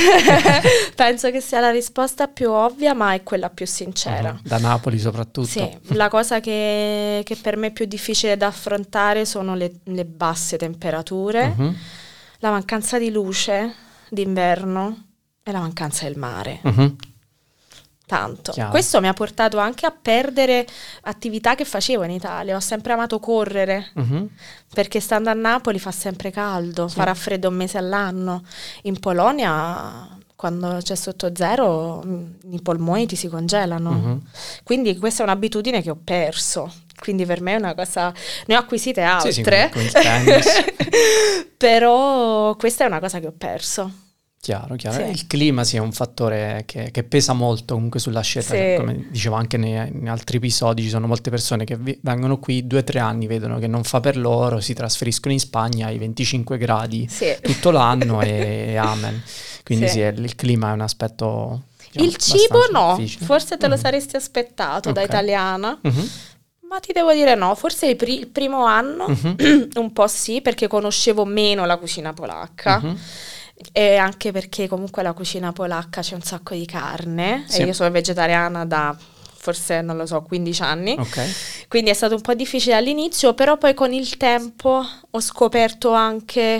Penso che sia la risposta più ovvia, ma è quella più sincera. Da Napoli soprattutto. Sì, la cosa che per me è più difficile da affrontare sono le basse temperature, la mancanza di luce d'inverno e la mancanza del mare. Tanto. Chiaro. Questo mi ha portato anche a perdere attività che facevo in Italia. Ho sempre amato correre, perché stando a Napoli fa sempre caldo, farà freddo un mese all'anno. In Polonia, quando c'è sotto zero, i polmoni ti si congelano. Quindi questa è un'abitudine che ho perso. Quindi per me è una cosa... Ne ho acquisite altre, con il tennis. però questa è una cosa che ho perso. Chiaro. Sì. Il clima è un fattore che pesa molto comunque sulla scelta, Sì. come dicevo anche in altri episodi, ci sono molte persone che vengono qui 2 o 3 anni, vedono che non fa per loro, si trasferiscono in Spagna ai 25 gradi Sì. tutto l'anno e amen. Quindi Sì. il clima è un aspetto, diciamo, Il cibo abbastanza no, difficile. forse te lo saresti aspettato da Ok. italiana. Ma ti devo dire no, forse il primo anno un po' sì, perché conoscevo meno la cucina polacca. E anche perché comunque la cucina polacca c'è un sacco di carne, Sì. e io sono vegetariana da forse, non lo so, 15 anni. Ok. Quindi è stato un po' difficile all'inizio, però poi con il tempo ho scoperto anche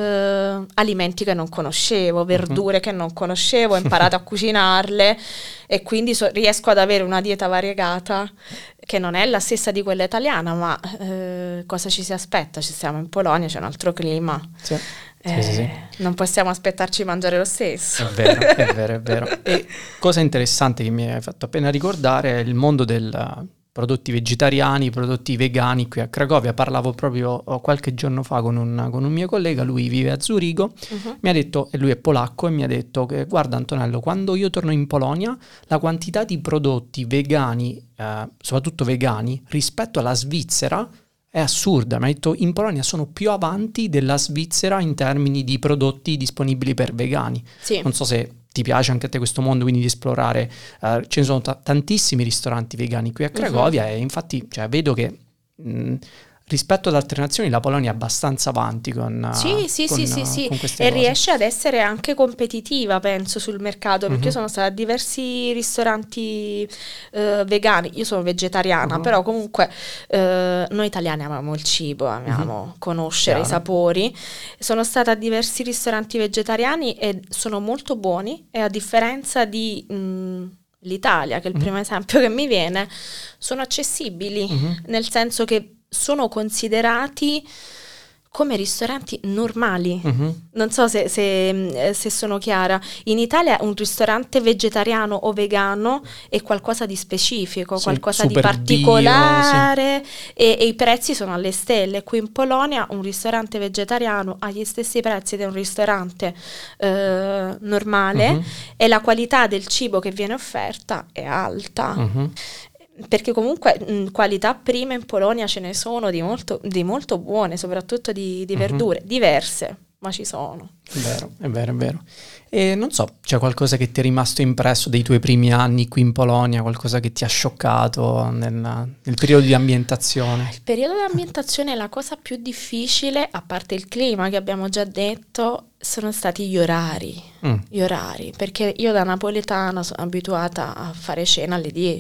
alimenti che non conoscevo, verdure che non conoscevo, ho imparato a cucinarle, e quindi riesco ad avere una dieta variegata che non è la stessa di quella italiana, ma cosa ci si aspetta? Ci siamo in Polonia, c'è un altro clima. Sì. Sì. Non possiamo aspettarci di mangiare lo stesso. È vero. E cosa interessante che mi hai fatto appena ricordare è il mondo del prodotti vegetariani, prodotti vegani qui a Cracovia. Parlavo proprio qualche giorno fa con un mio collega, lui vive a Zurigo, mi ha detto, e lui è polacco, e mi ha detto che guarda Antonello, quando io torno in Polonia la quantità di prodotti vegani, soprattutto vegani, rispetto alla Svizzera è assurda. Mi ha detto in Polonia sono più avanti della Svizzera in termini di prodotti disponibili per vegani. Sì. Non so se ti piace anche a te questo mondo, quindi di esplorare. Ce ne sono tantissimi ristoranti vegani qui a Cracovia e infatti vedo che rispetto ad altre nazioni la Polonia è abbastanza avanti con Sì, con queste e cose. riesce ad essere anche competitiva, penso, sul mercato, perché io sono stata a diversi ristoranti vegani. Io sono vegetariana, però comunque noi italiani amiamo il cibo, amiamo conoscere i sapori. Sono stata a diversi ristoranti vegetariani e sono molto buoni, e a differenza di l'Italia, che è il primo esempio che mi viene, sono accessibili, nel senso che sono considerati come ristoranti normali. Non so se sono chiara. In Italia un ristorante vegetariano o vegano è qualcosa di specifico, Sì, qualcosa di super particolare, e i prezzi sono alle stelle. Qui in Polonia un ristorante vegetariano ha gli stessi prezzi di un ristorante normale, e la qualità del cibo che viene offerta è alta. Perché comunque qualità prime in Polonia ce ne sono di molto buone, soprattutto di verdure, diverse, ma ci sono. È vero. E non so, c'è qualcosa che ti è rimasto impresso dei tuoi primi anni qui in Polonia, qualcosa che ti ha scioccato nel periodo di ambientazione? Il periodo di ambientazione è la cosa più difficile, a parte il clima che abbiamo già detto, sono stati gli orari. Gli orari, perché io da napoletana sono abituata a fare cena alle 10.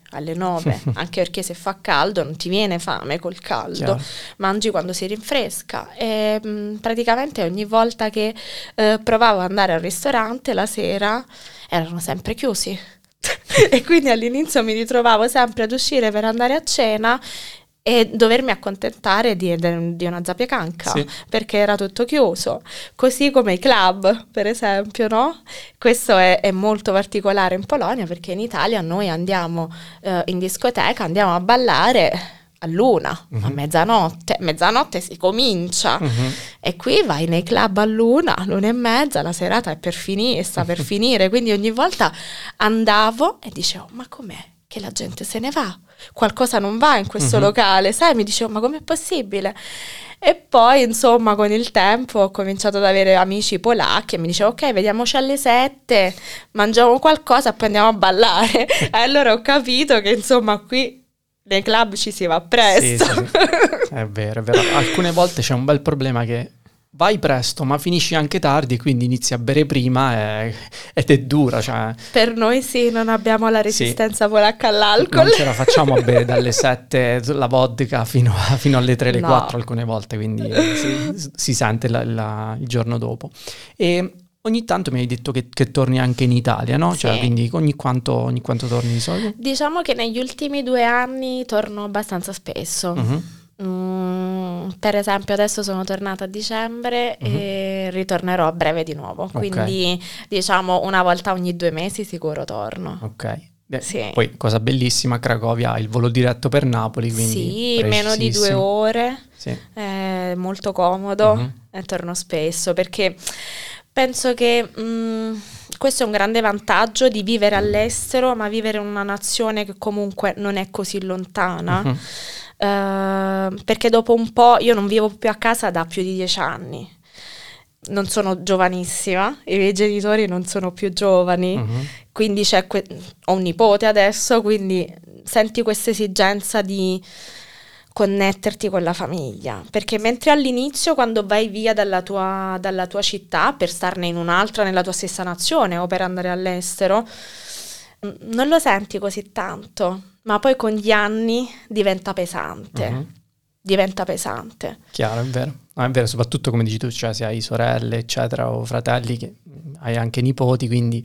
alle 9, anche perché se fa caldo non ti viene fame col caldo, Chiaro. mangi quando si rinfresca e praticamente ogni volta che provavo ad andare al ristorante la sera erano sempre chiusi e quindi all'inizio mi ritrovavo sempre ad uscire per andare a cena e dovermi accontentare di una zappicanca, Sì. perché era tutto chiuso, così come i club, per esempio, no? Questo è molto particolare in Polonia, perché in Italia noi andiamo in discoteca, andiamo a ballare all'1, a mezzanotte si comincia, e qui vai nei club all'1, 1:30, la serata è per finire, sta per finire, quindi ogni volta andavo e dicevo, ma com'è che la gente se ne va? Qualcosa non va in questo locale, sai? Mi dicevo, ma com'è possibile? E poi, insomma, con il tempo ho cominciato ad avere amici polacchi e mi dicevo, ok, vediamoci alle 7, mangiamo qualcosa e poi andiamo a ballare. E allora ho capito che, insomma, qui nei club ci si va presto. Sì, sì, sì. È vero, è vero. Alcune volte c'è un bel problema che vai presto, ma finisci anche tardi, quindi inizi a bere prima ed è dura. Cioè, Per noi sì, non abbiamo la resistenza polacca all'alcol. non ce la facciamo a bere dalle 7 la vodka fino alle 3, le No. 4 alcune volte, quindi si sente il giorno dopo. E ogni tanto mi hai detto che torni anche in Italia, no? Cioè, Sì. quindi ogni quanto torni di solito? Diciamo che negli ultimi 2 anni torno abbastanza spesso. Mhm. Per esempio adesso sono tornata a dicembre e ritornerò a breve di nuovo, quindi diciamo una volta ogni 2 mesi sicuro torno. Ok. Sì. Poi cosa bellissima, Cracovia ha il volo diretto per Napoli, quindi Sì, meno di 2 precisissimo. ore, Sì. è molto comodo e torno spesso perché penso che questo è un grande vantaggio di vivere all'estero, ma vivere in una nazione che comunque non è così lontana. Perché dopo un po' io non vivo più a casa da più di 10 anni, non sono giovanissima, i miei genitori non sono più giovani, quindi ho un nipote adesso, quindi senti questa esigenza di connetterti con la famiglia, perché mentre all'inizio quando vai via dalla tua città per starne in un'altra nella tua stessa nazione o per andare all'estero non lo senti così tanto, ma poi con gli anni diventa pesante. Diventa pesante. Chiaro, è vero. No, è vero, soprattutto come dici tu, cioè se hai sorelle, eccetera, o fratelli, che hai anche nipoti, quindi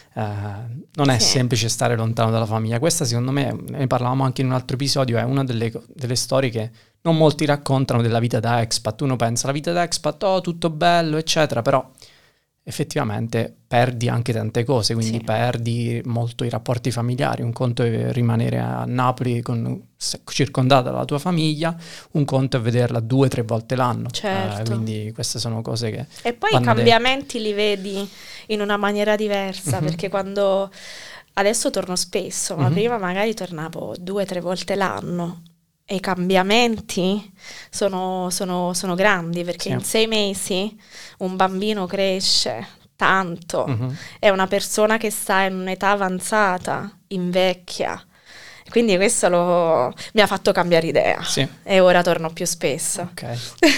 non è semplice stare lontano dalla famiglia. Questa, secondo me, ne parlavamo anche in un altro episodio, è una delle storie che non molti raccontano della vita da expat. Uno pensa, la vita da expat, oh, tutto bello, eccetera, però effettivamente perdi anche tante cose, quindi perdi molto i rapporti familiari. Un conto è rimanere a Napoli circondata dalla tua famiglia, un conto è vederla 2-3 volte l'anno. Certo. Quindi queste sono cose che... E poi i cambiamenti li vedi in una maniera diversa, perché quando... Adesso torno spesso, ma prima magari tornavo 2-3 volte l'anno. E i cambiamenti sono grandi, perché in 6 mesi un bambino cresce tanto, è una persona che sta in un'età avanzata, invecchia. Quindi questo mi ha fatto cambiare idea e ora torno più spesso. Ok.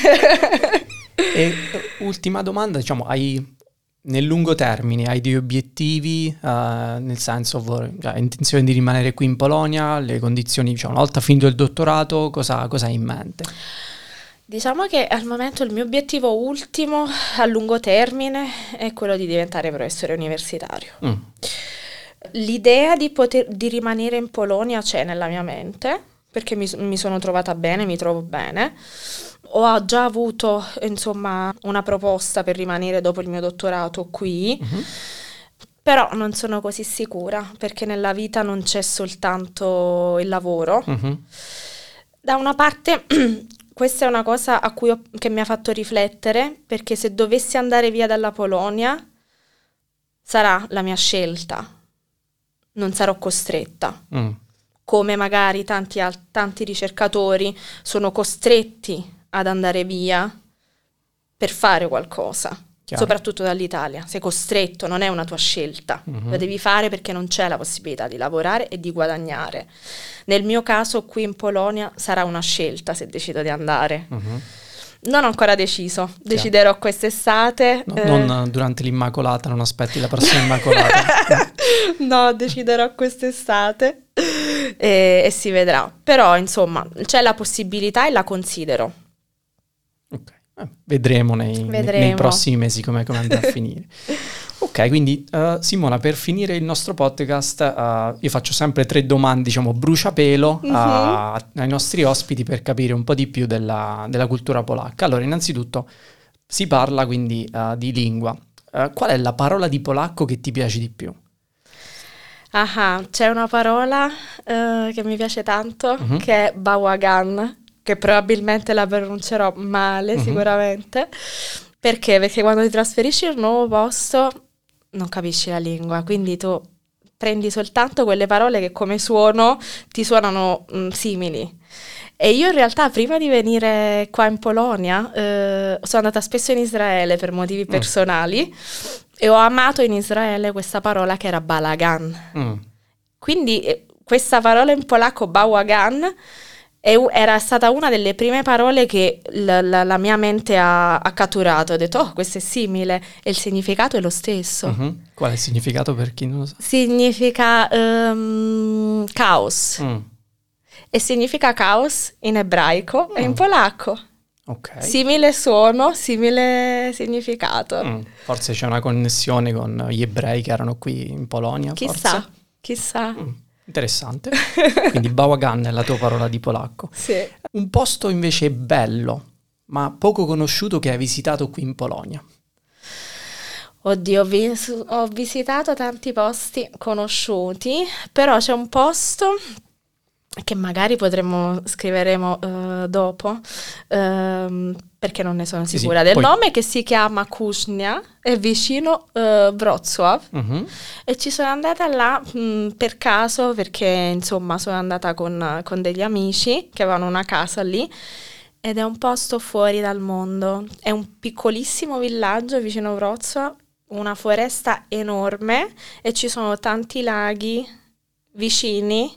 E ultima domanda, diciamo, nel lungo termine hai degli obiettivi, nel senso hai intenzione di rimanere qui in Polonia, le condizioni, diciamo, una volta finito il dottorato, cosa hai in mente? Diciamo che al momento il mio obiettivo ultimo a lungo termine è quello di diventare professore universitario. L'idea di rimanere in Polonia c'è nella mia mente, perché mi sono trovata bene, mi trovo bene. Ho già avuto, insomma, una proposta per rimanere dopo il mio dottorato qui, però non sono così sicura, perché nella vita non c'è soltanto il lavoro. Da una parte, questa è una cosa che mi ha fatto riflettere, perché se dovessi andare via dalla Polonia, sarà la mia scelta, non sarò costretta. Come magari tanti ricercatori sono costretti ad andare via per fare qualcosa, soprattutto dall'Italia. Sei costretto, non è una tua scelta, lo devi fare perché non c'è la possibilità di lavorare e di guadagnare. Nel mio caso qui in Polonia sarà una scelta se decido di andare. Non ho ancora deciso, deciderò quest'estate. Non durante l'Immacolata, non aspetti la prossima Immacolata. No, deciderò quest'estate. e si vedrà. Però, insomma, c'è la possibilità e la considero. Ok. Vedremo nei prossimi mesi come andrà a finire. Ok, quindi Simona, per finire il nostro podcast, io faccio sempre 3 domande, diciamo, bruciapelo ai nostri ospiti per capire un po' di più della cultura polacca. Allora, innanzitutto si parla quindi di lingua. Qual è la parola di polacco che ti piace di più? C'è una parola che mi piace tanto, che è bałagan, che probabilmente la pronuncerò male sicuramente. Perché? Perché quando ti trasferisci in un nuovo posto non capisci la lingua, quindi tu prendi soltanto quelle parole che come suono ti suonano simili. E io in realtà prima di venire qua in Polonia sono andata spesso in Israele per motivi personali e ho amato in Israele questa parola che era balagan. Quindi questa parola in polacco bałagan era stata una delle prime parole che la mia mente ha catturato. Ho detto, oh, questo è simile, e il significato è lo stesso. Qual è il significato per chi non lo sa? Significa caos. E significa caos in ebraico e in polacco. Ok. Simile suono, simile significato. Forse c'è una connessione con gli ebrei che erano qui in Polonia. Chissà. Interessante. Quindi bałagan è la tua parola di polacco. Sì. Un posto invece bello, ma poco conosciuto, che hai visitato qui in Polonia. Oddio, ho visitato tanti posti conosciuti, però c'è un posto che magari scriveremo dopo, perché non ne sono sicura del nome, che si chiama Kuźnia, è vicino Wrocław, e ci sono andata là per caso, perché insomma sono andata con degli amici che avevano una casa lì, ed è un posto fuori dal mondo, è un piccolissimo villaggio vicino Wrocław, una foresta enorme e ci sono tanti laghi vicini.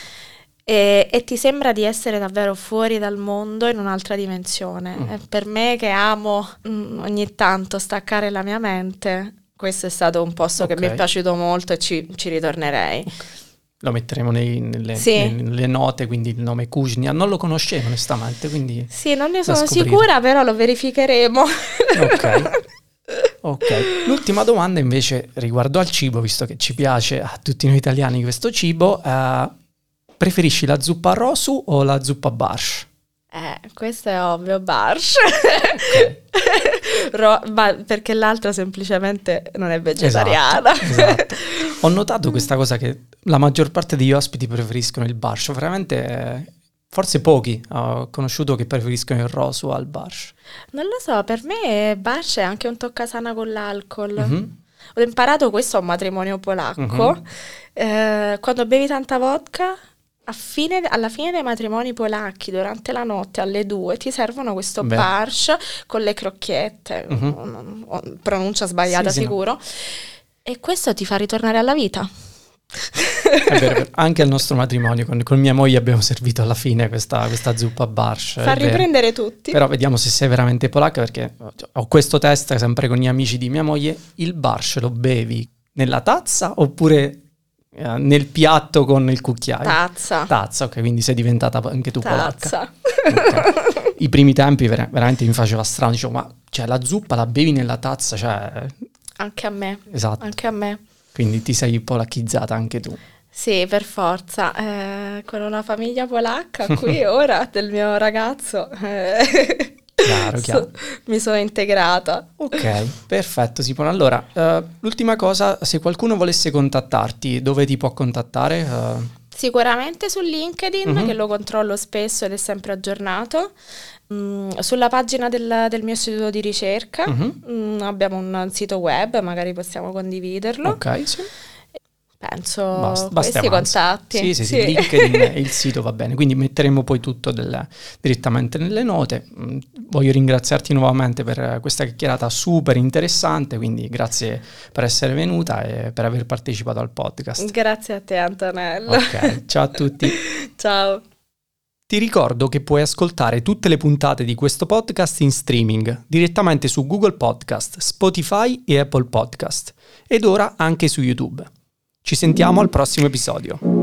E ti sembra di essere davvero fuori dal mondo, in un'altra dimensione. E per me, che amo ogni tanto staccare la mia mente, questo è stato un posto che mi è piaciuto molto e ci ritornerei. Okay. Lo metteremo nelle note, quindi il nome Kuźnia. Non lo conoscevo onestamente, quindi sì, non ne sono sicura, però lo verificheremo. Ok, l'ultima domanda invece riguardo al cibo, visto che ci piace a tutti noi italiani questo cibo. Preferisci la zuppa rosu o la zuppa barsz? Questo è ovvio, barsz. Perché l'altra semplicemente non è vegetariana. Esatto. Ho notato questa cosa, che la maggior parte degli ospiti preferiscono il barsz. Veramente, forse pochi ho conosciuto che preferiscono il rosu al barsz. Non lo so, per me barsz è anche un toccasana con l'alcol. Ho imparato questo a un matrimonio polacco. Quando bevi tanta vodka, alla fine dei matrimoni polacchi, durante la notte alle 2 ti servono questo barsz con le crocchiette, pronuncia sbagliata sicuro, no. E questo ti fa ritornare alla vita. È vero. Anche al nostro matrimonio con mia moglie abbiamo servito alla fine questa zuppa barsz. Fa riprendere tutti. Però vediamo se sei veramente polacca, perché ho questo test sempre con gli amici di mia moglie: il barsz lo bevi nella tazza oppure nel piatto con il cucchiaio? Tazza, ok, quindi sei diventata anche tu polacca. Okay. I primi tempi veramente mi faceva strano, dicevo, ma cioè, la zuppa la bevi nella tazza? Cioè... Anche a me. Esatto. Anche a me. Quindi ti sei polacchizzata anche tu. Sì, per forza. Con una famiglia polacca qui ora del mio ragazzo. Chiaro. Mi sono integrata. Ok, perfetto Simona. Allora, l'ultima cosa, se qualcuno volesse contattarti, dove ti può contattare? Sicuramente su LinkedIn, che lo controllo spesso ed è sempre aggiornato. Sulla pagina del mio istituto di ricerca. Abbiamo un sito web, magari possiamo condividerlo. Ok, sì. Penso questi contatti. Sì, LinkedIn e il sito va bene, quindi metteremo poi tutto direttamente nelle note. Voglio ringraziarti nuovamente per questa chiacchierata super interessante, quindi grazie per essere venuta e per aver partecipato al podcast. Grazie a te, Antonello. Ok, ciao a tutti. Ciao. Ti ricordo che puoi ascoltare tutte le puntate di questo podcast in streaming direttamente su Google Podcast, Spotify e Apple Podcast, ed ora anche su YouTube. Ci sentiamo al prossimo episodio.